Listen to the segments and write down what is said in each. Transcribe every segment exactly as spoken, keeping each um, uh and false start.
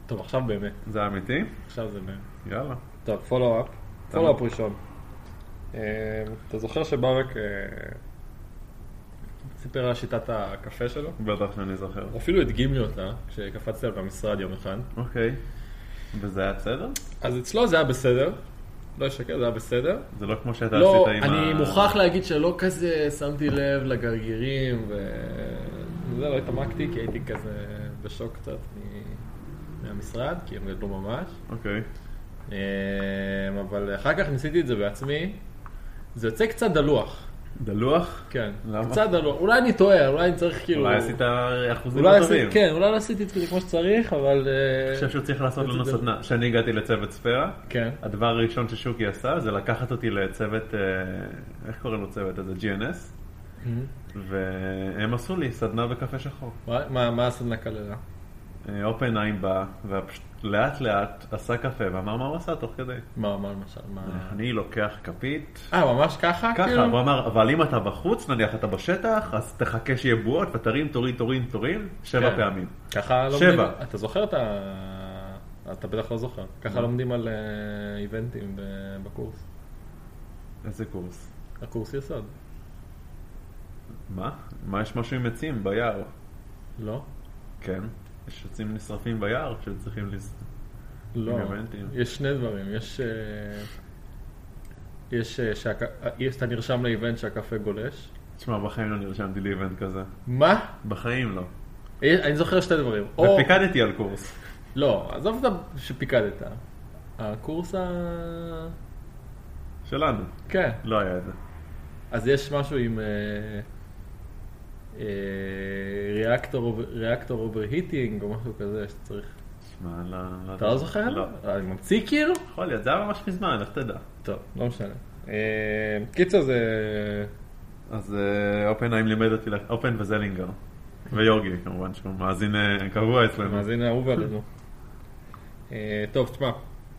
טוב, עכשיו באמת. זה אמיתי? עכשיו זה באמת. יאללה. טוב, פולו-אפ. פולו-אפ ראשון. אתה זוכר שברק סיפר על שיטת הקפה שלו? בטח שאני זוכר. אפילו הדגים לי אותה כשקפצתי על במשרד יום אחד. אוקיי. וזה היה בסדר? אז אצלו זה היה בסדר. לא ישקר, זה היה בסדר. זה לא כמו שאתה לא, עשית עם ה... אני מוכרח להגיד שלא כזה שמתי לב לגרגירים וזה לא התעמקתי כי הייתי כזה בשוק קצת מהמשרד, כי הם גדלו ממש. אוקיי. אבל אחר כך ניסיתי את זה בעצמי. זה יוצא קצת דלוח. דלוח? כן. למה? קצת דלוח. אולי אני טועה, אולי אני צריך כאילו... אולי עשית אחוזים אולי טובים. עשית, כן, אולי לא עשיתי את זה כמו שצריך, אבל... אני חושב שהוא צריך לעשות לנו סדנה. כשאני הגעתי לצוות ספירה, כן. הדבר הראשון ששוקי עשה זה לקחת אותי לצוות, איך קוראים לו צוות הזה? ג'י אן אס? והם עשו לי סדנה בקפה שחור. מה, מה הסדנה כללה? אופן עין בא, ולאט לאט עשה קפה, ואמר מה הוא עשה תוך כדי. מה, מה למשל? אני לוקח כפית. אה, ממש ככה? ככה, הוא אמר, אבל אם אתה בחוץ, נניח אתה בשטח, אז תחכה שיהיה בועות, ותרים, תורים, תורים, תורים, שבע פעמים. ככה לומדים. שבע. אתה זוכר את ה... אתה בטח לא זוכר. ככה לומדים על איבנטים בקורס. איזה קורס? הקורס יסוד. מה? מה יש משהו עם עצים ביער? לא. כן. יש עצים נשרפים ביער שצריכים לז... לא. יש שני דברים. יש... יש... יש... אתה נרשם לאיבנט שהקפה גולש. תשמע, בחיים לא נרשמתי לאיבנט כזה. מה? בחיים לא. אני זוכר שתי דברים. ופיקדתי על קורס. לא, עזוב את שפיקדת. הקורס ה... שלנו. כן. לא היה את זה. אז יש משהו עם ריאקטור אוברהיטינג או משהו כזה שצריך. שמע, לא... אתה לא זוכר? לא. אני ממציא כאילו? יכול להיות, זה היה ממש מזמן, איך תדע. טוב, לא משנה. קיצר זה... אז אופן האם לימד אותי, אופן וזלינגר. ויורגי כמובן, שהוא מאזין קבוע אצלנו. מאזין אהוב עלינו. טוב, תשמע.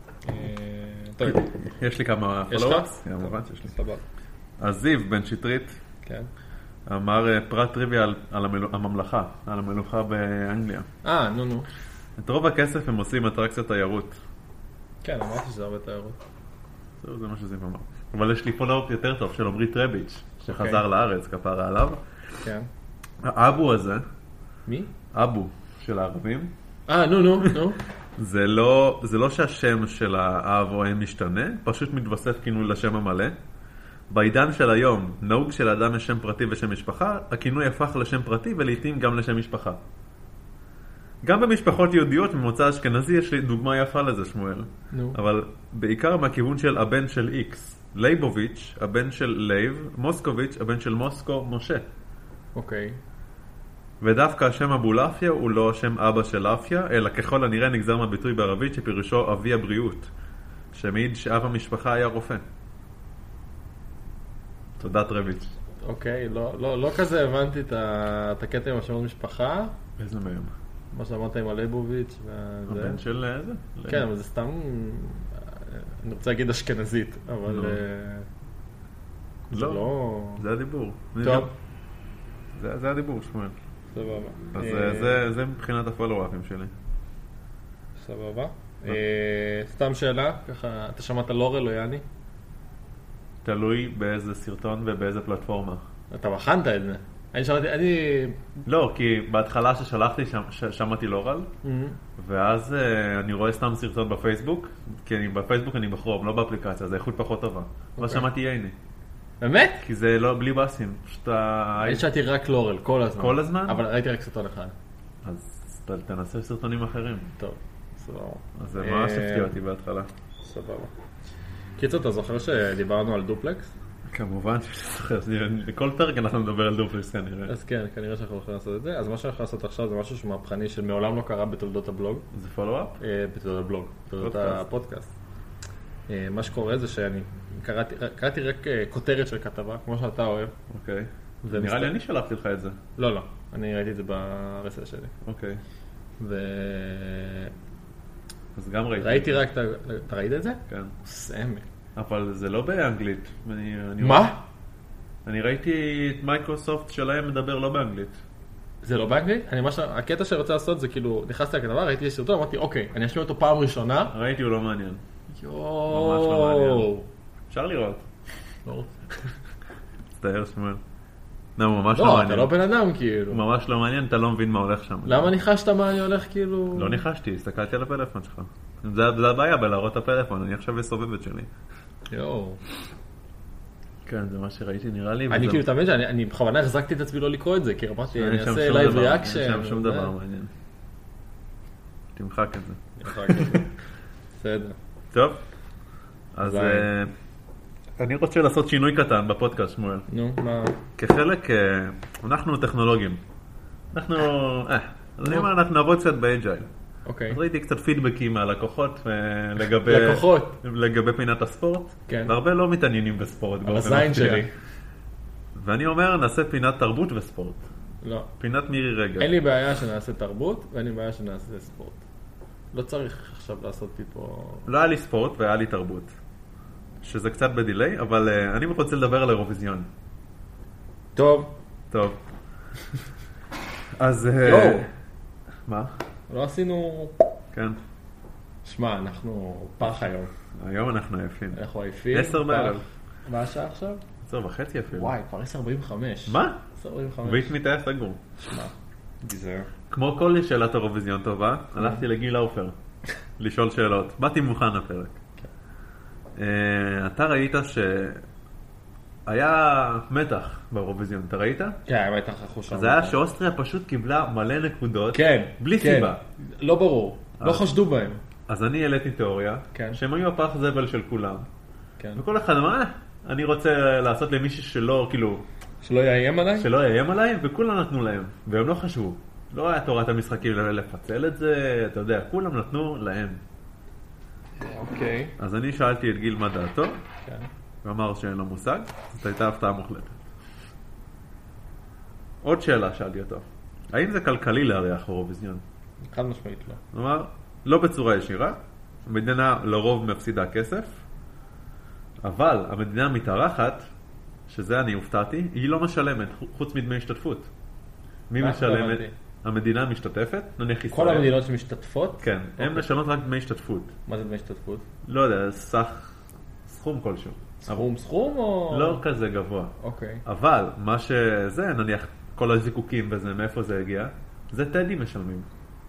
יש לי כמה פולו-אפס? כמובן שיש לי. סבבה. אז זיו בן שטרית אמר פרט טריוויה על הממלכה, על המלוכה באנגליה. אה, נו נו. את רוב הכסף הם עושים אטרקציות תיירות. כן, אמרתי שזה הרבה תיירות. זהו, זה מה שזיו אמר. אבל יש לי פולו-אפ יותר טוב של עמרי טרביץ' שחזר לארץ, כפרה עליו. כן. האבו הזה. מי? אבו של הערבים. אה, נו נו, נו. זה לא, זה לא שהשם של האב או האם משתנה, פשוט מתווסף כינוי לשם המלא. בעידן של היום, נהוג שלאדם יש שם פרטי ושם משפחה, הכינוי הפך לשם פרטי ולעיתים גם לשם משפחה. גם במשפחות יהודיות ממוצא אשכנזי יש לי דוגמה יפה לזה, שמואל. נו. אבל בעיקר מהכיוון של הבן של איקס. לייבוביץ', הבן של לייב, מוסקוביץ', הבן של מוסקו, משה. אוקיי. ודווקא השם אבולעפיה הוא לא השם אבא של אפיה, אלא ככל הנראה נגזר מהביטוי בערבית שפירושו אבי הבריאות, שמעיד שאב המשפחה היה רופא. תודה טרביץ'. אוקיי, לא, לא, לא כזה הבנתי את הקטע עם השמות משפחה. איזה מהם? מה שאמרת עם הלייבוביץ' וזה. הבן של איזה? כן, אבל זה סתם, אני רוצה להגיד אשכנזית, אבל זה לא... זה הדיבור. טוב. זה הדיבור, שמואל. סבבה. אז זה מבחינת הפולו-אפים שלי. סבבה. סתם שאלה, ככה, אתה שמעת לורל או יאני? תלוי באיזה סרטון ובאיזה פלטפורמה. אתה בחנת את זה. אני שמעתי, אני... לא, כי בהתחלה ששלחתי שמעתי לורל, ואז אני רואה סתם סרטון בפייסבוק, כי בפייסבוק אני בכרום, לא באפליקציה, זה איכות פחות טובה. ואז שמעתי יאני. באמת? כי זה לא בלי בסים, פשוט... אני שמעתי רק לורל, כל הזמן. כל הזמן? אבל ראיתי רק סרטון אחד. אז תנסה סרטונים אחרים. טוב, סבבה. אז זה ממש הפתיע אותי בהתחלה. סבבה. קיצור, אתה זוכר שדיברנו על דופלקס? כמובן שאני זוכר, בכל פרק אנחנו נדבר על דופלקס כנראה. אז כן, כנראה שאנחנו הולכים לעשות את זה. אז מה שאני הולך לעשות עכשיו זה משהו שמהפכני שמעולם לא קרה בתולדות הבלוג. זה פולו-אפ? בתולדות הבלוג, בתולדות הפודקאסט. מה שקורה זה שאני קראתי רק כותרת של כתבה, כמו שאתה אוהב. אוקיי. נראה לי אני שלחתי לך את זה. לא, לא. אני ראיתי את זה ב-אר אס אס שלי. אוקיי. ו... אז גם ראיתי. ראיתי רק, אתה ראית את זה? כן. סמק. אבל זה לא באנגלית. מה? אני ראיתי את מייקרוסופט שלהם מדבר לא באנגלית. זה לא באנגלית? אני ממש, הקטע שרוצה לעשות זה כאילו, נכנסתי לכתבה, ראיתי את הסרטון, אמרתי, אוקיי, אני אשמיע אותו פעם ראשונה. ראיתי, הוא לא מעניין. יואו. ממש לא מעניין. אפשר לראות. לא רוצה. מצטער שמואל. לא, הוא ממש לא, לא אתה מעניין. לא בן אדם כאילו. הוא ממש לא מעניין, אתה לא מבין מה הולך שם. למה ניחשת מה אני הולך כאילו? לא ניחשתי, הסתכלתי על הפלאפון שלך. זה זה הבעיה בלהראות את הפלאפון, אני עכשיו בסובב את שלי. יואו. כן, זה מה שראיתי, נראה לי. אני וזה- כאילו, תמיד שאני אני בכוונה החזקתי את עצמי לא לקרוא את זה, כי אמרתי, אין אני שם אעשה שום לייב דבר, ריאקשן. אין שם שום וזה. דבר מעניין. תמחק את זה. בסדר. טוב, אז ביי. אה, אני רוצה לעשות שינוי קטן בפודקאסט, שמואל. נו, מה? כחלק, אה, אנחנו טכנולוגים. אנחנו, אה, אז אני אומר, אנחנו נעבוד קצת באג'ייל. אוקיי. אז ראיתי קצת פידבקים מהלקוחות אה, לגבי... לקוחות. לגבי פינת הספורט. כן. והרבה לא מתעניינים בספורט. על באופן הזין מפתיע. שלי. ואני אומר, נעשה פינת תרבות וספורט. לא. פינת מירי רגע. אין לי בעיה שנעשה תרבות, ואין לי בעיה שנעשה ספורט. לא צריך עכשיו לעשות לי פה... לא היה לי ספורט והיה לי תרבות. שזה קצת בדיליי, אבל uh, אני רוצה לדבר על האירוויזיון. טוב. טוב. אז... uh, יואו. מה? לא עשינו... כן. שמע, אנחנו פח היום. היום אנחנו עייפים. אנחנו עייפים. עשר פח. בערב. מה השעה עכשיו? עשר וחצי אפילו. וואי, כבר עשר ארבעים וחמש. מה? עשר ארבעים וחמש. ואיש מתאר סגור. שמע, גזר. כמו כל שאלת אירוויזיון טובה, הלכתי לגיל לאופר. לשאול שאלות. באתי מוכן לפרק. Uh, אתה ראית שהיה מתח באירוויזיון, אתה ראית? כן, האמת אנחנו שם. זה היה שאוסטריה פשוט קיבלה מלא נקודות. כן. בלי כן. סיבה. לא ברור. לא אז- חשדו בהם. אז אני העליתי תיאוריה, כן. שהם היו הפח זבל של כולם. כן. וכל אחד אמר, "אה, אני רוצה לעשות למישהו שלא, כאילו, שלא יאיים עליי? שלא יאיים עליי, וכולם נתנו להם. והם לא חשבו. לא היה תורת המשחקים לפצל את זה, אתה יודע, כולם נתנו להם. אוקיי. אז אני שאלתי את גיל מה דעתו, כן. הוא אמר שאין לו מושג, זאת הייתה הפתעה מוחלטת. עוד שאלה שאלתי אותו, האם זה כלכלי לארח אירוויזיון? חד משמעית לא. הוא אמר, לא בצורה ישירה, המדינה לרוב מפסידה כסף, אבל המדינה מתארחת, שזה אני הופתעתי, היא לא משלמת, חוץ מדמי השתתפות. מי מה? משלמת? לא הבנתי. המדינה משתתפת, נניח ישראל. כל המדינות שמשתתפות? כן, הן אוקיי. משלמות רק דמי השתתפות. מה זה דמי השתתפות? לא יודע, סך, סכום כלשהו. סכום סכום או... לא כזה גבוה. אוקיי. אבל מה שזה, נניח כל הזיקוקים וזה, מאיפה זה הגיע, זה טדי משלמים.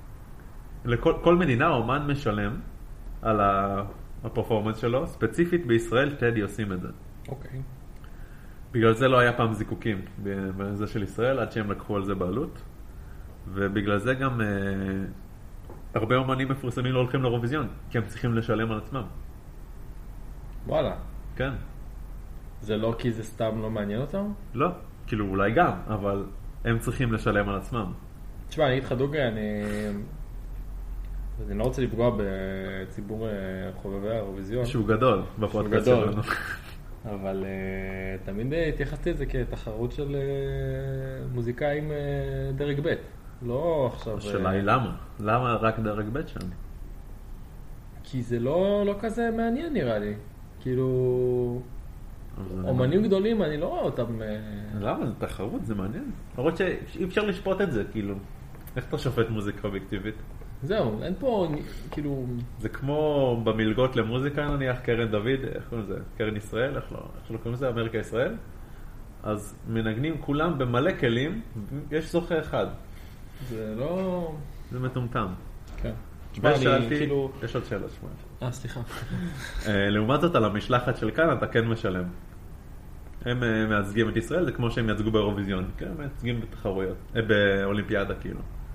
לכל כל מדינה אומן משלם על ה- הפרפורמנס שלו, ספציפית בישראל טדי עושים את זה. אוקיי. בגלל זה לא היה פעם זיקוקים בזה של ישראל, עד שהם לקחו על זה בעלות. ובגלל זה גם אה, הרבה אומנים מפורסמים לא הולכים לאירוויזיון, כי הם צריכים לשלם על עצמם. וואלה. כן. זה זה לא כי זה סתם לא מעניין אותם? לא, כאילו אולי גם, אבל הם צריכים לשלם על עצמם. תשמע, אני אגיד לך דוגרי, אני... אני לא רוצה לפגוע בציבור אה, חובבי האירוויזיון, שהוא גדול בפודקאסט גדול. שלנו. אבל uh, תמיד אה, התייחסתי את זה כתחרות של uh, מוזיקאים uh, דרג ב', לא עכשיו... השאלה אה, היא למה? למה רק דרג ב' שם? כי זה לא, לא כזה מעניין נראה לי. כאילו... אבל זה- אומנים גדולים, אני לא רואה אותם... אה, למה? זה תחרות, זה מעניין. למרות שאי אפשר לשפוט את זה, כאילו. איך אתה שופט מוזיקה אובייקטיבית? זהו, אין פה כאילו... זה כמו במלגות למוזיקה, נניח קרן דוד, איך קוראים לזה? קרן ישראל, איך לא? איך לא קוראים לזה? אמריקה ישראל? אז מנגנים כולם במלא כלים, יש זוכה אחד. זה לא... זה מטומטם. כן. תשמע, אני ושאלתי, כאילו... יש עוד שאלה שמואל. אה, סליחה. אה, לעומת זאת, על המשלחת של כאן אתה כן משלם. הם אה, מייצגים את ישראל, זה כמו שהם מייצגו באירוויזיון. כן, הם מייצגים בתחרויות, אה, באולימפיאדה כאילו.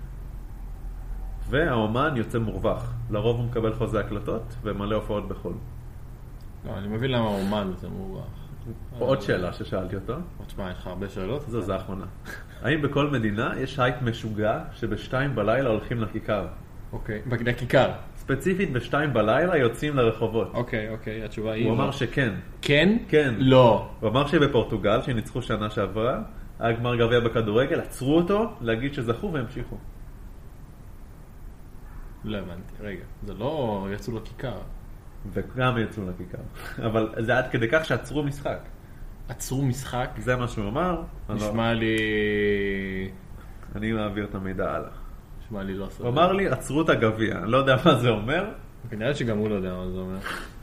והאומן יוצא מורווח. לרוב הוא מקבל חוזה הקלטות ומלא הופעות בחול. לא, אני מבין למה אומן זה מובח. עוד שאלה ששאלתי אותו, תשמע, יש לך הרבה שאלות? זו זה האחרונה. האם בכל מדינה יש הייפ משוגע שבשתיים בלילה הולכים לכיכר? אוקיי, בכיכר. ספציפית בשתיים בלילה יוצאים לרחובות. אוקיי, אוקיי, התשובה היא... הוא אמר לא. שכן. כן? כן. לא. הוא אמר שבפורטוגל, שניצחו שנה שעברה, היה גמר גביע בכדורגל, עצרו אותו להגיד שזכו והמשיכו. לא הבנתי, רגע. זה לא יצאו לכיכר. וגם יצאו לכיכר. אבל זה עד כדי כך שעצרו משחק. עצרו משחק? זה מה שהוא אמר. אני לא- נשמע לי... אני מעביר את המידע הלאה. שמע לי לא סביר. הוא אמר לי, עצרו את הגביע, אני לא יודע מה זה אומר. כנראה שגם הוא לא יודע מה זה אומר.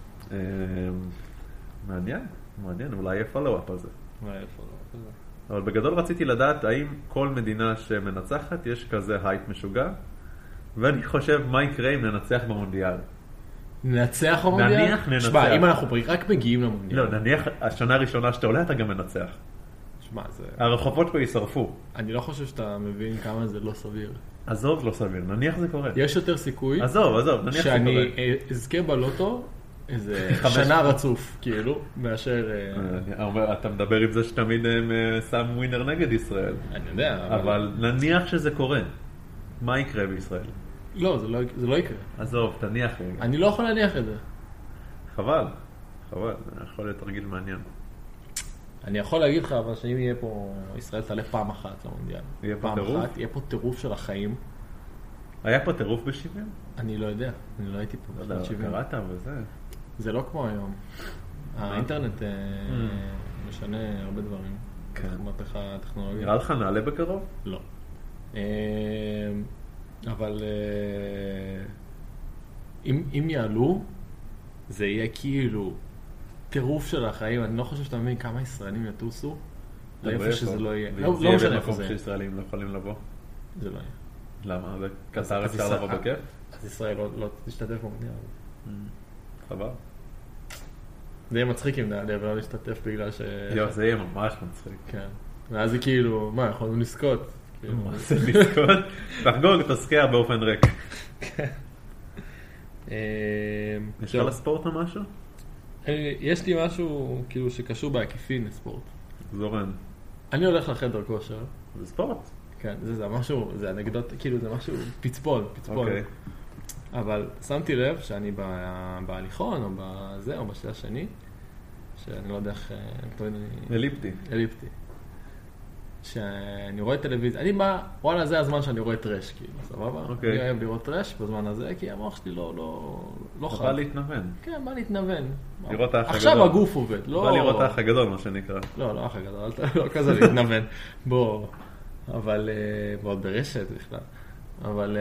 מעניין, מעניין, אולי יהיה פולו-אפ על זה. אולי יהיה פולו-אפ על זה. אבל בגדול רציתי לדעת האם כל מדינה שמנצחת יש כזה הייפ משוגע, ואני חושב מה יקרה אם ננצח במונדיאל. ננצח במונדיאל? נניח ננצח. שמע, אם אנחנו רק מגיעים למונדיאל. לא, נניח השנה הראשונה שאתה עולה אתה גם מנצח. שמע, זה... הרחובות פה יישרפו. אני לא חושב שאתה מבין כמה זה לא סביר. עזוב, לא סביר, נניח זה קורה. יש יותר סיכוי... עזוב, עזוב, נניח זה קורה. שאני אזכה בלוטו איזה שנה רצוף, כאילו, מאשר... אתה מדבר עם זה שתמיד שם ווינר נגד ישראל. אני יודע, אבל נניח שזה קורה. מה יקרה בישראל? לא, זה לא יקרה. עזוב, תניח. אני לא יכול להניח את זה. חבל, חבל, זה יכול להיות תרגיל מעניין. אני יכול להגיד לך, אבל שאם יהיה פה, ישראל תעלה פעם אחת למונדיאל. יהיה פה טירוף? יהיה פה טירוף של החיים. היה פה טירוף ב-שבעים? אני לא יודע, אני לא הייתי פה. לא יודע, קראת וזה. זה לא כמו היום. האינטרנט משנה הרבה דברים. כן. מהפכה טכנולוגיה. נראה לך נעלה בקרוב? לא. אבל אם יעלו, זה יהיה כאילו טירוף של החיים. אני לא חושב שאתה מבין כמה ישראלים יטוסו, לאיפה שזה לא יהיה. לא משנה איפה זה. זה יהיה במקום שישראלים לא יכולים לבוא? זה לא יהיה. למה? בקטר אפשר לבוא בכיף? אז ישראל לא תשתתף במונדיאל. חבל. זה יהיה מצחיק אם נעלה ולא להשתתף בגלל ש... יו, זה יהיה ממש מצחיק. כן. ואז זה כאילו, מה, יכולנו לזכות? מה זה לזכות? תחגוג, תסקיע באופן ריק. כן. יש לך לספורט או משהו? יש לי משהו כאילו שקשור בעקיפין לספורט. זורן. אני הולך לחדר כושר. זה ספורט? כן, זה, זה משהו, זה אנקדוט, כאילו זה משהו פצפון, פצפון. אוקיי. אבל שמתי לב שאני בהליכון או בזה או בשתי השני, שאני לא יודע איך, אליפטי. אליפטי. שאני רואה טלוויזיה, אני בא, וואלה, זה הזמן שאני רואה טרש, כאילו, סבבה? אוקיי. אני אוהב לראות טרש בזמן הזה, כי המוח שלי לא, לא, לא חד. בא להתנוון. כן, בא להתנוון. לראות האח הגדול. עכשיו הגוף עובד, לא... בא לראות האח הגדול, מה שנקרא. לא, לא האח הגדול, לא כזה להתנוון. בוא, אבל, בוא, ברשת בכלל. אבל...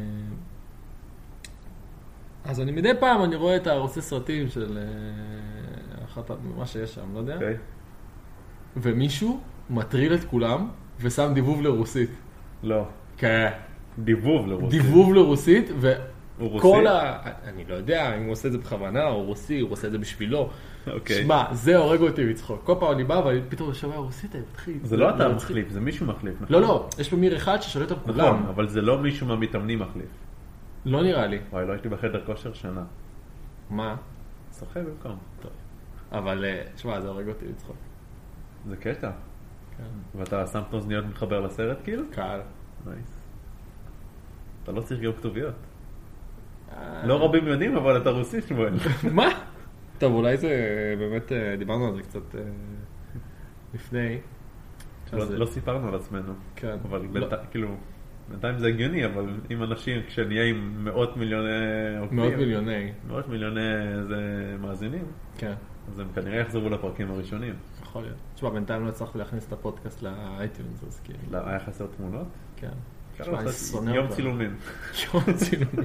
אז אני מדי פעם, אני רואה את הערוצי סרטים של אחת, מה שיש שם, לא יודע. אוקיי. ומישהו מטריל את כולם ושם דיבוב לרוסית. לא. כן. דיבוב לרוסית. דיבוב לרוסית, וכל ה... רוסי? אני לא יודע אם הוא עושה את זה בכוונה, או רוסי, הוא עושה את זה בשבילו. אוקיי. שמע, זה הורג אותי מצחוק. כל פעם אני בא, ואני פתאום שומע רוסית, אני מתחיל. זה לא אתה מחליף, זה מישהו מחליף, נכון? לא, לא, יש פה מיר אחד ששולט על כולם. נכון, אבל זה לא מישהו מהמתאמנים מחליף. לא נראה לי. וואי, לא הייתי בחדר כושר שנה. מה? שוחק במקום. טוב. אבל, שמע, זה הורג אותי מצחוק. זה קטע. כן. ואתה שם את אוזניות מתחבר לסרט כאילו? קל. נייס. אתה לא צריך גם כתוביות. לא רבים יודעים, אבל אתה רוסי, שמואל. מה? טוב, אולי זה באמת, דיברנו על זה קצת לפני. לא סיפרנו על עצמנו. כן. אבל כאילו, בינתיים זה הגיוני, אבל אם אנשים, כשנהיה עם מאות מיליוני עוקבים. מאות מיליוני. מאות מיליוני מאזינים. כן. אז הם כנראה יחזרו לפרקים הראשונים. יכול להיות. תשמע, בינתיים לא הצלחתי להכניס את הפודקאסט לאייטיונס, אז כאילו. לא, היה חסר תמונות? כן. תשמע, יום צילומים. יום צילומים.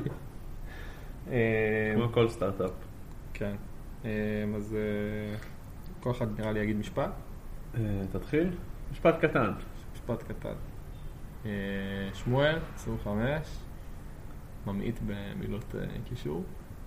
כמו כל סטארט-אפ. כן. אז כל אחד נראה לי יגיד משפט. תתחיל. משפט קטן. משפט קטן. שמואל, עשרים וחמש, ממעיט במילות קישור.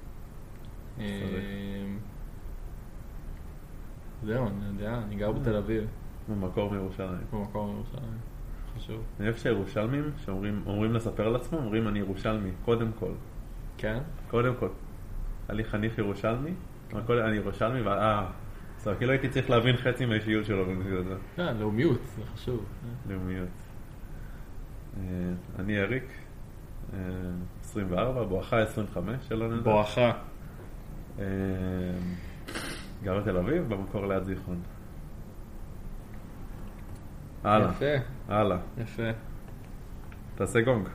זהו, אני יודע, אני גר בתל אביב. במקור מירושלים. במקור מירושלים, חשוב. אני אוהב שירושלמים, שאומרים לספר על עצמם, אומרים אני ירושלמי, קודם כל. כן? קודם כל. אני חניך ירושלמי, אני ירושלמי, ואה, אז כאילו הייתי צריך להבין חצי מהאישיות שלו במסגרת זה. כן, לאומיות, זה חשוב. לאומיות. אני אריק, עשרים וארבע, בואכה עשרים וחמש, שלא נדע. בואכה. גר בתל אביב, במקור ליד זיכרון. הלאה. יפה. הלאה. יפה. תעשה גונג.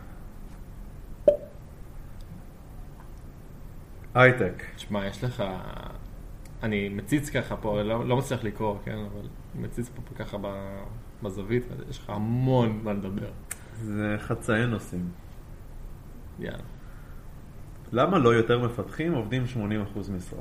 הייטק. תשמע, יש לך... אני מציץ ככה פה, לא, לא מצליח לקרוא, כן? אבל אני מציץ פה ככה בזווית, יש לך המון מה לדבר. זה חצאי נושאים. יאללה. למה לא יותר מפתחים עובדים שמונים אחוז משרה?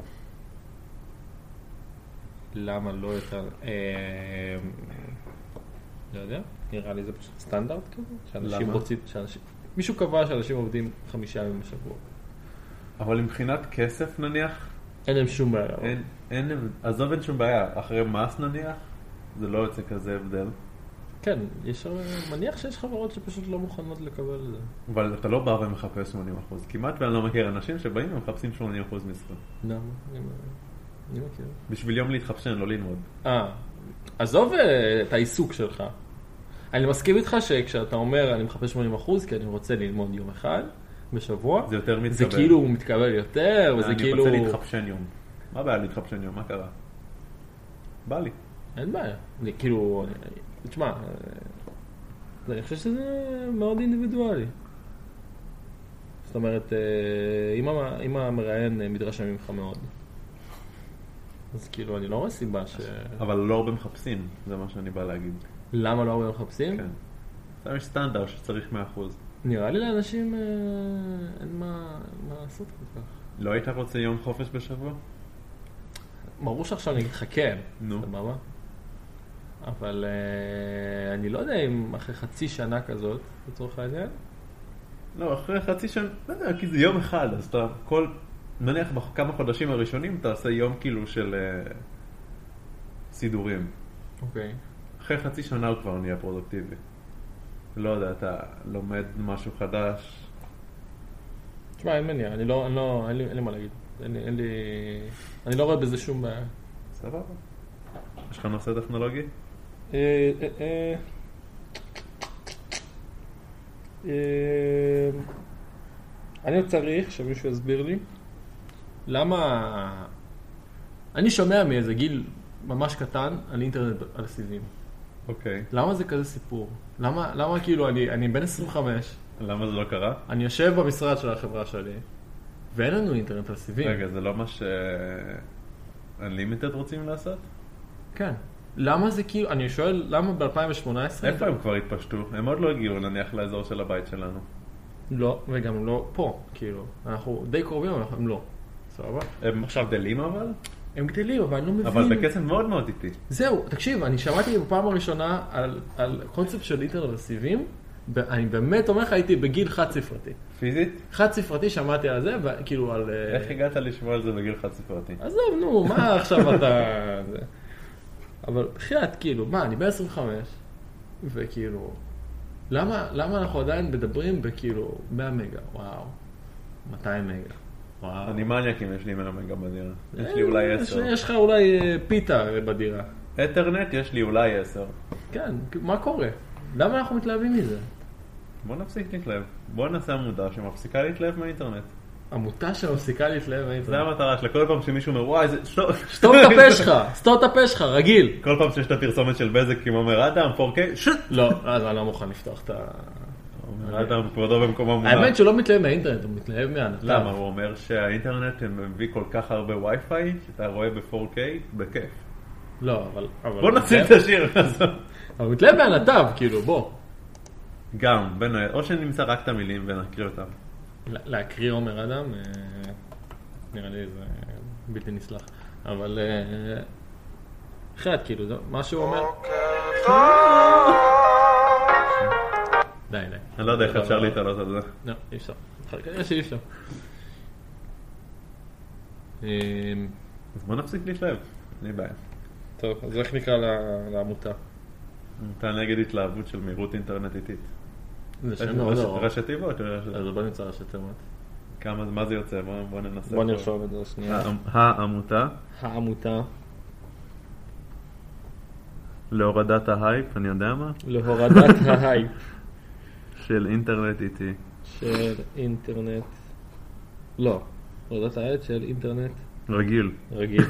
למה לא יותר... אה, לא יודע, נראה לי זה פשוט סטנדרט כזה, שאנשים למה? רוצים... שאנשים... מישהו קבע שאנשים עובדים חמישה ימים בשבוע. אבל מבחינת כסף נניח, אין להם שום בעיה. אין, אין, עזוב אין שום בעיה, אחרי מס נניח, זה לא יוצא כזה הבדל. כן, יש... מניח שיש חברות שפשוט לא מוכנות לקבל את זה. אבל אתה לא בא ומחפש שמונים אחוז. כמעט ואני לא מכיר אנשים שבאים ומחפשים שמונים אחוז משרה. למה? אני מכיר. בשביל יום להתחפשן, לא ללמוד. אה, עזוב אה, את העיסוק שלך. אני מסכים איתך שכשאתה אומר אני מחפש שמונים אחוז כי אני רוצה ללמוד יום אחד בשבוע, זה יותר מתקבל. זה כאילו הוא מתקבל יותר, וזה אני כאילו... רוצה להתחפשן יום. מה בעיה להתחפשן יום? מה קרה? בא לי. אין בעיה. אני כאילו... תשמע, אני חושב שזה מאוד אינדיבידואלי. זאת אומרת, אם המראיין מתרשם ממך מאוד, אז כאילו אני לא רואה סיבה ש... אבל לא הרבה מחפשים, זה מה שאני בא להגיד. למה לא הרבה מחפשים? כן. זה יש סטנדרט שצריך מאה אחוז. נראה לי לאנשים אין מה לעשות כל כך. לא היית רוצה יום חופש בשבוע? ברור שעכשיו אני אגיד לך כן, נו. סבבה? אבל uh, אני לא יודע אם אחרי חצי שנה כזאת, לצורך העניין. לא, אחרי חצי שנה, לא יודע, כי זה יום אחד, אז אתה כל, נניח בכמה חודשים הראשונים, אתה עושה יום כאילו של uh, סידורים. אוקיי. אחרי חצי שנה הוא כבר נהיה פרודוקטיבי. לא יודע, אתה לומד משהו חדש. תשמע, אין מניע, אני לא, אני לא, אין לי, אין לי מה להגיד. אין לי, אין לי, אני לא רואה בזה שום בעיה. סבבה. יש לך נושא טכנולוגי? אה, אה, אה. אה, אני צריך שמישהו יסביר לי למה אני שומע מאיזה גיל ממש קטן על אינטרנט על סיבים. אוקיי. למה זה כזה סיפור? למה, למה כאילו אני, אני בן עשרים וחמש, למה זה לא קרה? אני יושב במשרד של החברה שלי ואין לנו אינטרנט על סיבים. רגע, זה לא מה ש... Unlimited רוצים לעשות? כן. למה זה כאילו, אני שואל, למה ב-אלפיים שמונה עשרה... איפה הם כבר התפשטו? הם עוד לא הגיעו נניח לאזור של הבית שלנו. לא, וגם לא פה, כאילו. אנחנו די קרובים, אבל הם לא. סבבה? הם עכשיו גדלים אבל? הם גדלים, אבל אני לא מבין. אבל בקצב מאוד מאוד איטי. זהו, תקשיב, אני שמעתי בפעם הראשונה על, על קונספט של אינטרנט וסיבים, אני באמת אומר לך, הייתי בגיל חד ספרתי. פיזית? חד ספרתי שמעתי על זה, וכאילו על... איך הגעת לשמוע על זה בגיל חד ספרתי? עזוב, נו, מה עכשיו אתה... זה... אבל בחיית, כאילו, מה, אני ב-עשרים וחמש, וכאילו, למה, למה אנחנו עדיין מדברים בכאילו מאה מגה? וואו, מאתיים מגה. וואו. אני מניאק אם יש לי מאה מגה בדירה. יש לי אולי עשר. יש לך אולי פיתה בדירה. אתרנט יש לי אולי עשר. כן, מה קורה? למה אנחנו מתלהבים מזה? בוא נפסיק להתלהב. בוא נעשה עמודה שמפסיקה להתלהב מהאינטרנט. עמותה שמפסיקה להתלהב מהאינטרנט. זה המטרה שלה. כל פעם שמישהו אומר, וואי, זה... שתות את הפה שלך, שתות את הפה שלך, רגיל. כל פעם שיש את הפרסומת של בזק עם אומר אדם, פור קיי, שוט! לא, אז אני לא מוכן לפתוח את ה... אומר אדם, כבודו במקומו מונח. האמת שלא מתלהב מהאינטרנט, הוא מתלהב מהנתב. למה? הוא אומר שהאינטרנט מביא כל כך הרבה וי-פיי, שאתה רואה ב-פור קיי, בכיף. לא, אבל... בוא נציל את השיר הזה. אבל הוא מתלהב מהנתב, כאילו, בוא. גם, בין, או שנמצא רק את המילים ונקריא אותם. להקריא עומר אדם, נראה לי זה בלתי נסלח. אבל... אחד, כאילו, זה מה שהוא אומר. די, די. אני לא יודע איך אפשר להתעלות על זה. לא, אי אפשר. יש אי אפשר. אז בוא נפסיק להתלהב, אין בעיה. טוב, אז איך נקרא לעמותה? אתה נגד התלהבות של מהירות אינטרנט איטית. זה שם מאוד ארוך. ראשי תיבות? אז בוא נמצא ראשי תיבות. כמה, מה זה יוצא? בוא ננסה. בוא נרשום את זה שנייה. העמותה. העמותה. להורדת ההייפ, אני יודע מה? להורדת ההייפ. של אינטרנט איטי. של אינטרנט. לא. להורדת ההייפ של אינטרנט. רגיל. רגיל.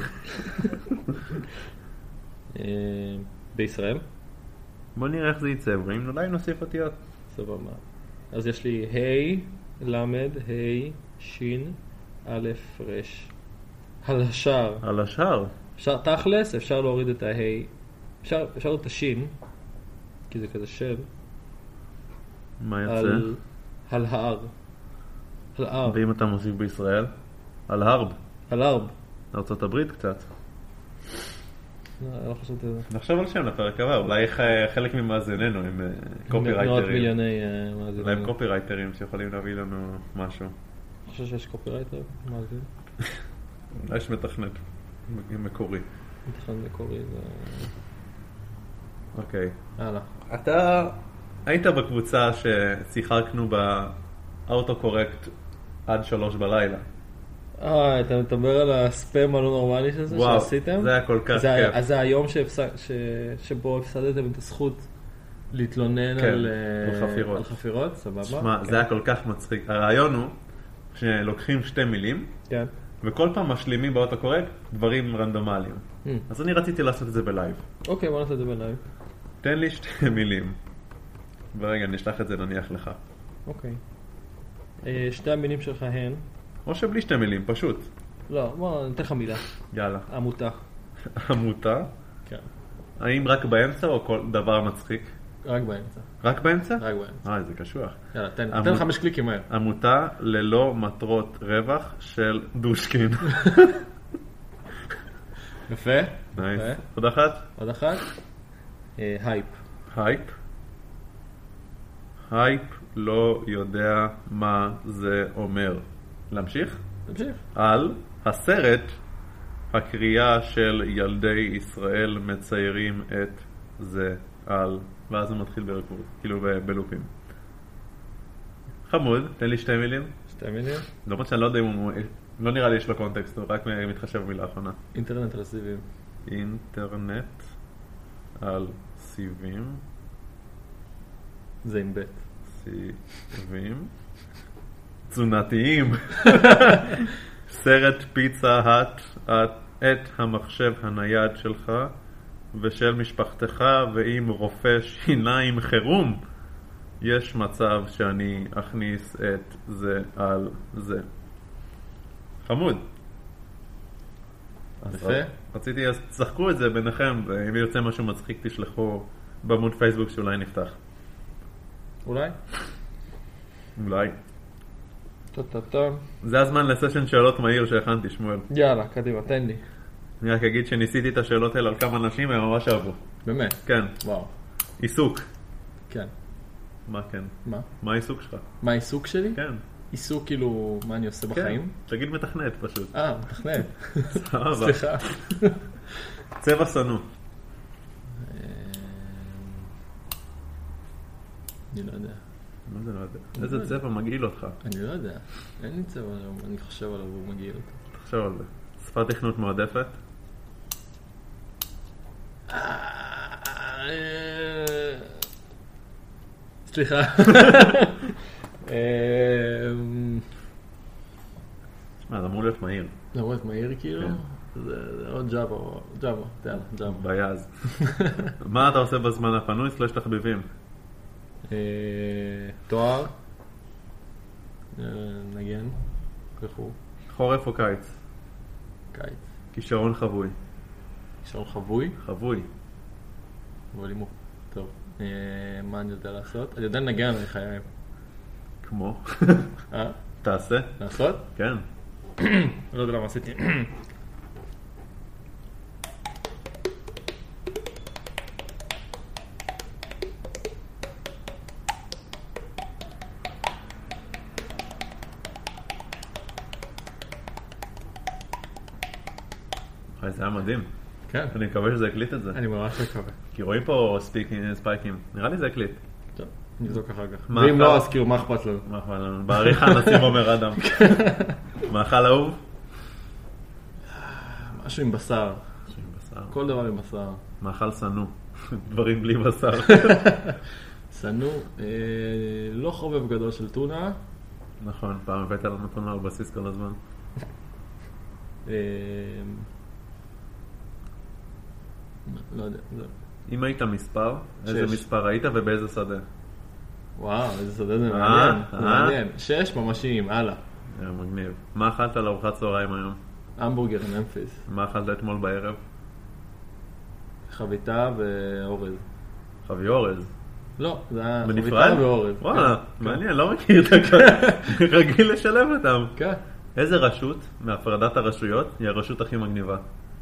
בישראל. בוא נראה איך זה יצא, ואם אולי נוסיף אותיות. סבבה. אז יש לי ה' למד, ה', שין, א', רש. על השאר. על השאר? אפשר תכלס, אפשר להוריד את הה', אפשר, אפשר להוריד את השין, כי זה כזה של. מה יוצא? על, על ההר. על ההר. ואם אתה מוסיף בישראל? על הרב. על הרב. ארצות הברית קצת. לא, לא חשבתי על זה. נחשוב על שם לפרק הבא, אולי חלק ממאזיננו הם קופירייטרים. מאות מיליוני מאזינים. אולי הם קופירייטרים שיכולים להביא לנו משהו. אני חושב שיש קופירייטר מאזין. אולי יש מתכנת מקורי. מתכנת מקורי זה... אוקיי. הלאה. אתה היית בקבוצה ששיחקנו באוטו-קורקט עד שלוש בלילה. אה, אתה מדבר על הספאם הלא נורמלי שזה וואו, שעשיתם? זה היה כל כך זה, כיף. אז זה היום שהפס... ש... שבו הפסדתם את הזכות להתלונן כן, על, על חפירות. על חפירות, סבבה? שמע, כן. זה היה כל כך מצחיק. הרעיון הוא שלוקחים שתי מילים, כן. וכל פעם משלימים באוטו-קורקט דברים רנדומליים. Hmm. אז אני רציתי לעשות את זה בלייב. אוקיי, בוא נעשה את זה בלייב. תן לי שתי מילים. ורגע, אני אשלח את זה נניח לך. אוקיי. אה, שתי המילים שלך הן... או שבלי שתי מילים, פשוט. לא, בוא ניתן לך מילה. יאללה. עמותה. עמותה. כן. האם רק באמצע או כל דבר מצחיק? רק באמצע. רק באמצע? רק באמצע. אה, זה קשוח. יאללה, תן, עמוד- תן חמש קליקים מהר. עמותה ללא מטרות רווח של דושקין. יפה. נייס. יפה. עוד אחת? עוד אחת. אה, הייפ. הייפ. הייפ לא יודע מה זה אומר. להמשיך? תמשיך. על הסרט הקריאה של ילדי ישראל מציירים את זה על, ואז הוא מתחיל ברקוד, כאילו ב- בלופים. חמוד, תן לי שתי מילים. שתי מילים. למרות שאני לא יודע אם הוא, לא נראה לי יש לו קונטקסט, הוא רק מתחשב במילה האחרונה. אינטרנט על סיבים. אינטרנט על סיבים, זה עם בית. סיבים, תזונתיים. סרט פיצה האט את, את המחשב הנייד שלך ושל משפחתך, ועם רופא שיניים חירום יש מצב שאני אכניס את זה על זה. חמוד. אז יפה. רציתי, אז תשחקו את זה ביניכם, ואם יוצא משהו מצחיק תשלחו בעמוד פייסבוק שאולי נפתח. אולי? אולי. טה-טה-טה. זה הזמן לסשן שאלות מהיר שהכנתי, שמואל. יאללה, קדימה, תן לי. אני רק אגיד שניסיתי את השאלות האלה על כמה אנשים והם ממש אהבו. באמת? כן. וואו. עיסוק. כן. מה כן? מה? מה העיסוק שלך? מה העיסוק שלי? כן. עיסוק כאילו, מה אני עושה בחיים? תגיד מתכנת פשוט. אה, מתכנת. סבבה. סליחה. צבע שנוא. אני לא יודע. מה זה לא יודע? איזה צבע מגעיל אותך? אני לא יודע. אין לי צבע היום, אני חושב עליו והוא מגעיל אותי. תחשוב על זה. שפת תכנות מועדפת? סליחה. מה, זה אמור להיות מהיר. למרות מהיר כאילו? זה עוד ג'אבה, ג'אבה, יאללה, ג'אבה. ביאז. מה אתה עושה בזמן הפנוי? סלש תחביבים. תואר. נגן. וכו'. חורף או קיץ? קיץ. כישרון חבוי. כישרון חבוי? חבוי. אבל אימו. טוב. מה אני יודע לעשות? אני יודע לנגן על חיים. כמו? אה? תעשה? לעשות? כן. לא יודע למה עשיתי. זה היה מדהים. כן. אני מקווה שזה הקליט את זה. אני ממש מקווה. כי רואים פה ספיקים, ספייקים. נראה לי זה הקליט. טוב, נבדוק אחר כך. מה ואם אכל? לא, אז כאילו, מה אכפת לנו? מה אכפת לנו? בעריכה נשים עומר אדם. מאכל אהוב? משהו עם בשר. משהו עם בשר. כל דבר עם בשר. מאכל שנוא. דברים בלי בשר. שנוא, אה, לא חובב גדול של טונה. נכון, פעם הבאת לנו טונה על בסיס כל הזמן. אה, לא יודע, לא. אם היית מספר, איזה שש. מספר היית ובאיזה שדה? וואו, איזה שדה זה אה, מעניין. זה אה. מעניין. שש ממשיים, הלאה. היה מגניב. מה אכלת לארוחת צהריים היום? המבורגר ממפיס. מה אכלת אתמול בערב? חביתה ואורז. חבי אורז. לא, זה היה בנפרד? חביתה ועורב. וואלה, כן, מעניין, לא מכיר את הכל. רגיל לשלב אותם. כן. איזה רשות מהפרדת הרשויות היא הרשות הכי מגניבה?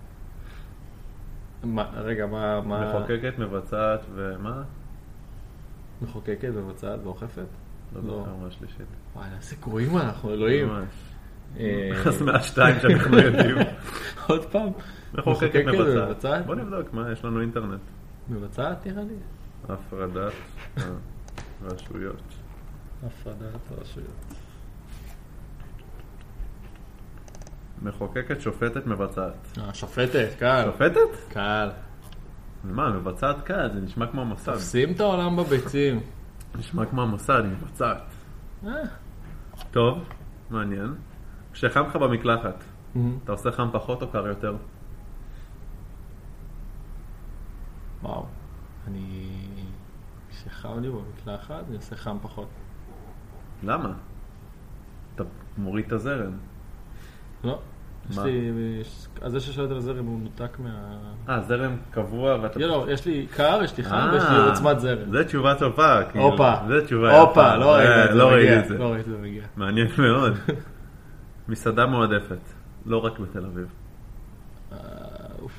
מה, רגע, מה... מה... מחוקקת, מבצעת ומה? מחוקקת, מבצעת ואוכפת? לא זוכר מה השלישית. וואי, איזה גרועים אנחנו, אלוהים. ממש. אה, אז מהשתיים שאנחנו יודעים. עוד פעם. מחוקקת, מבצעת. מבצעת? בוא נבדוק, מה, יש לנו אינטרנט. מבצעת נראה לי. הפרדת הרשויות. הפרדת הרשויות. מחוקקת, שופטת, מבצעת. אה, שופטת, קל. שופטת? קל. מה, מבצעת קל, זה נשמע כמו המוסד. תופסים את העולם בביצים. נשמע כמו המוסד, היא מבצעת. אה. טוב, מעניין. כשחם לך במקלחת, אתה עושה חם פחות או קר יותר? וואו. אני... כשחם לי במקלחת, אני עושה חם פחות. למה? אתה מוריד את הזרם. לא. יש מה? לי... אז זה ששואלת על הזרם הוא נותק מה... אה, זרם קבוע ואתה... לא, יש לי קר, יש לי חם אה, ויש לי עוצמת זרם. זה תשובה טובה. כאילו. הופה. זה תשובה יפה. הופה, לא ראיתי אה, את זה לא ראיתי מגיע. את זה. לא ראיתי את זה מגיע. מעניין מאוד. מסעדה מועדפת, לא רק בתל אביב. אה, אוף.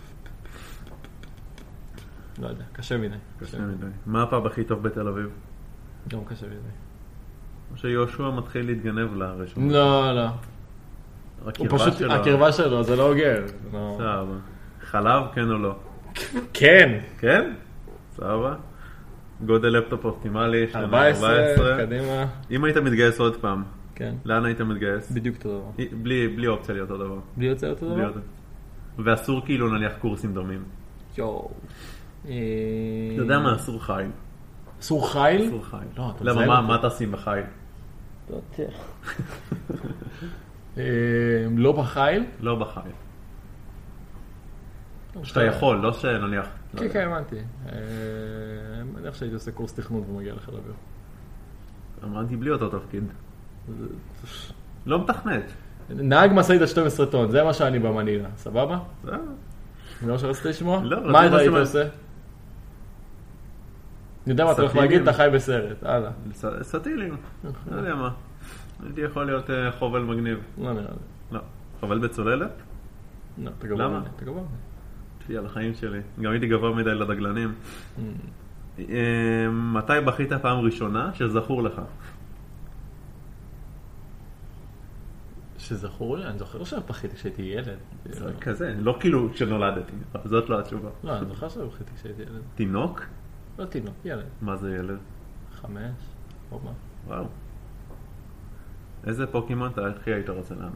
לא יודע, קשה מדי. קשה מדי. מה הפאב הכי טוב בתל אביב? גם קשה מדי. או שיהושע מתחיל להתגנב לרשום. לא, לא. הוא פשוט, הקרבה שלו, זה לא הוגר. לא. סבבה. חלב, כן או לא? כן. כן? סבבה. גודל לפטופ אופטימלי, ארבע עשרה, קדימה. אם היית מתגייס עוד פעם, כן. לאן היית מתגייס? בדיוק אותו דבר. בלי, בלי אופציה להיות אותו דבר. בלי יוצא אותו בלי דבר? אותו. ואסור כאילו נניח קורסים דומים. יואו. אתה יודע מה? אסור חייל. אסור חייל? אסור חייל. לא, אתה למה, מזהה מה, אותו. מה תשים בחייל? לא יודע. לא בחייל? לא בחייל. שאתה יכול, לא שנניח. כן, כן, הבנתי. אני מניח שהייתי עושה קורס תכנות ומגיע לחיל האוויר. אמרתי בלי אותו תפקיד. לא מתכנת. נהג משאית עד שתים עשרה טון, זה מה שאני במנילה, סבבה? זה... זה מה שרצית לשמוע? לא, מה רציתי היית משהו עושה? אני יודע מה אתה הולך סטילים. להגיד, אתה חי בסרט, הלאה. ס- סטילים. לא יודע מה. הייתי יכול להיות אה, חובל מגניב. לא נראה לי. לא. חובל בצוללת? לא, אתה גבוה למה? מדי, אתה גבוה מדי. תפי על החיים שלי. גם הייתי גבוה מדי לדגלנים. אה, מתי בכית פעם ראשונה שזכור לך? שזכור לי, אני זוכר שפחיתי כשהייתי ילד. זה כזה, לא כאילו כשנולדתי. זאת לא התשובה. לא, אני זוכר שפחיתי כשהייתי ילד. תינוק? לא תינוק, ילד. מה? מה זה ילד? חמש, או מה? וואו. איזה פוקימון אתה הכי היית רוצה לאמן?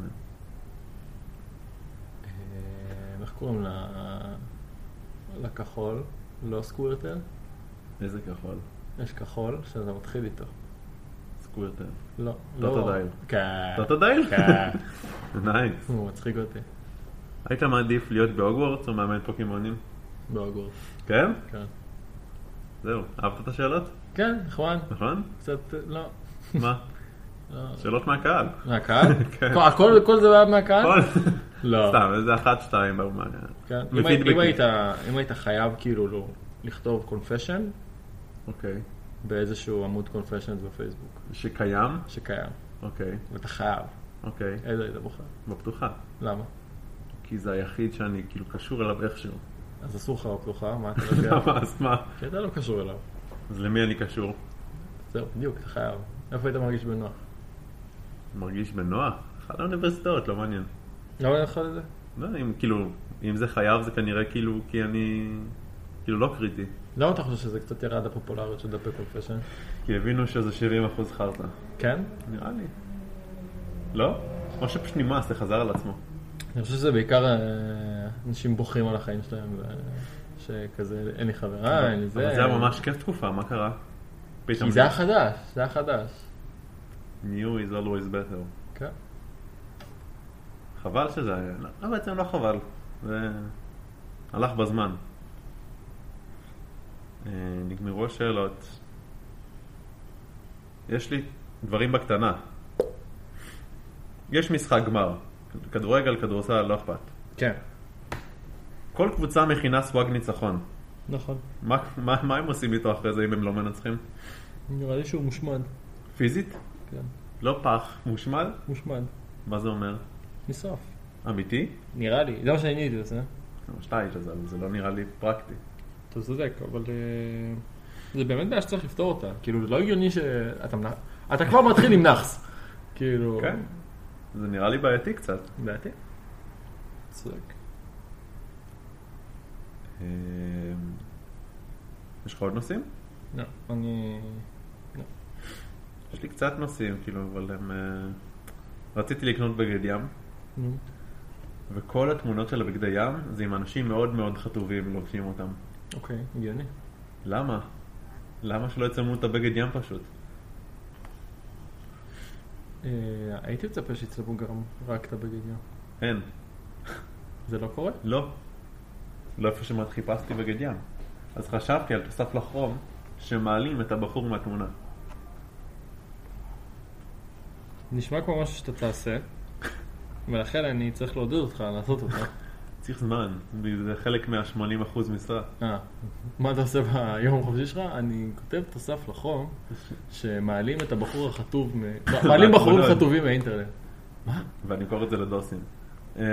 אה, איך קוראים לה? לכחול, לא סקווירטל. איזה כחול? יש כחול שאתה מתחיל איתו. סקווירטל. לא. טוטודייל. כן. טוטודייל? כן. נייס. הוא מצחיק אותי. היית מעדיף להיות בהוגוורטס או מאמן פוקימונים? בהוגוורטס. כן? כן. זהו, אהבת את השאלות? כן, נכון. נכון? קצת, לא. מה? לא. שאלות מהקהל. מהקהל? כן. הכל, כל זה היה מהקהל? כל- לא. סתם, איזה אחת, שתיים ברומניה. כן. אם, ופידבקים. אם, היית, אם היית חייב כאילו לא, לכתוב קונפשן אוקיי. באיזשהו עמוד קונפשן בפייסבוק שקיים? שקיים, אוקיי. ואתה חייב, אוקיי. איזה היית בוחר? בפתוחה. למה? כי זה היחיד שאני כאילו קשור אליו איכשהו. אז אסור לך בפתוחה, מה אתה לוקח? למה? אז מה? כי אתה לא קשור אליו. אז למי אני קשור? זהו, בדיוק, אתה חייב. איפה היית מרגיש בנוח? מרגיש בנוח? אחד האוניברסיטאות, לא מעניין. למה אין לך את זה? לא, אם כאילו, אם זה חייב זה כנראה כאילו, כי אני, כאילו לא קריטי. למה אתה חושב שזה קצת ירד הפופולריות של דפי קונפשן? כי הבינו שזה שבעים אחוז חרטה. כן? נראה לי. לא? או שפשוט נמאס, זה חזר על עצמו. אני חושב שזה בעיקר אה, אנשים בוכים על החיים שלהם, שכזה אין לי חברה, אין לי זה. אבל זה היה ממש כיף תקופה, מה קרה? פתאום כי זה היה חדש, זה היה חדש. New is always better. כן. חבל שזה היה, לא, בעצם לא חבל. זה הלך בזמן. אה, נגמרו השאלות. יש לי דברים בקטנה. יש משחק גמר. כדורגל, כדורסל, לא אכפת. כן. כל קבוצה מכינה סוואג ניצחון. נכון. מה, מה, מה הם עושים איתו אחרי זה אם הם לא מנצחים? נראה לי שהוא מושמד. פיזית? כן. לא פח, מושמד? מושמד. מה זה אומר? נשרף. אמיתי? נראה לי. זה מה שאני הייתי עושה. זה מה שאתה איש הזה, אבל זה לא נראה לי פרקטי. אתה צודק, אבל אה, זה באמת בעיה שצריך לפתור אותה. כאילו, זה לא הגיוני שאתה מנח... אתה כבר מתחיל עם נחס. כאילו... כן. זה נראה לי בעייתי קצת. בעייתי? צודק. אה, יש לך עוד נושאים? לא, אני... לא. יש לי קצת נושאים, כאילו, אבל הם... אה, רציתי לקנות בגד ים, נו. וכל התמונות של הבגדי ים זה עם אנשים מאוד מאוד חטובים לובשים אותם. אוקיי, הגיוני. למה? למה שלא יצלמו את הבגד ים פשוט? אה, הייתי מצפה שיצלמו גם רק את הבגד ים. אין. זה לא קורה? לא. לא איפה שמעת חיפשתי בגד ים. אז חשבתי על תוסף לחרום שמעלים את הבחור מהתמונה. נשמע כמו משהו שאתה תעשה, ולכן אני צריך לעודד אותך לעשות אותה. צריך זמן, זה חלק מה-שמונים אחוז משרה. אה, מה אתה עושה ביום החופשי שלך? אני כותב תוסף לחום שמעלים את הבחור החטוב, מ- מעלים בחורים חטובים מהאינטרנט. מה? ואני קורא את זה לדוסים. אה,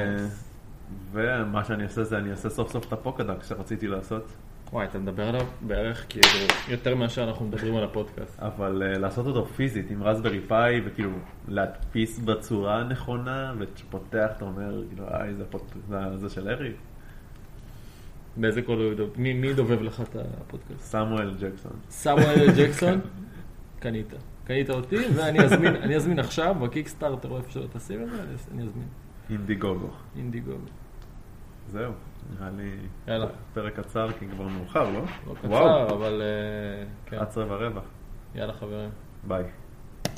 ומה שאני אעשה זה, אני אעשה סוף סוף את הפוקדק שרציתי לעשות. וואי, אתה מדבר עליו בערך כאילו יותר מאשר אנחנו מדברים על הפודקאסט. אבל uh, לעשות אותו פיזית עם רסברי פאי, וכאילו להדפיס בצורה הנכונה, וכשפותח אתה אומר, כאילו, איי, זה, הפוד... זה, זה של ארי. באיזה קול הוא ידובב? מי, מי דובב לך את הפודקאסט? סמואל ג'קסון. סמואל ג'קסון? קנית. קנית אותי, ואני אזמין, אני אזמין עכשיו, בקיקסטארטר, או איפה שלא תשים את זה, אני אזמין. אינדיגוגו. אינדיגו. זהו, נראה לי יאללה. פרק קצר, כי כבר מאוחר, לא? לא קצר, אבל... כן. עשרה ורבע. יאללה חברים. ביי.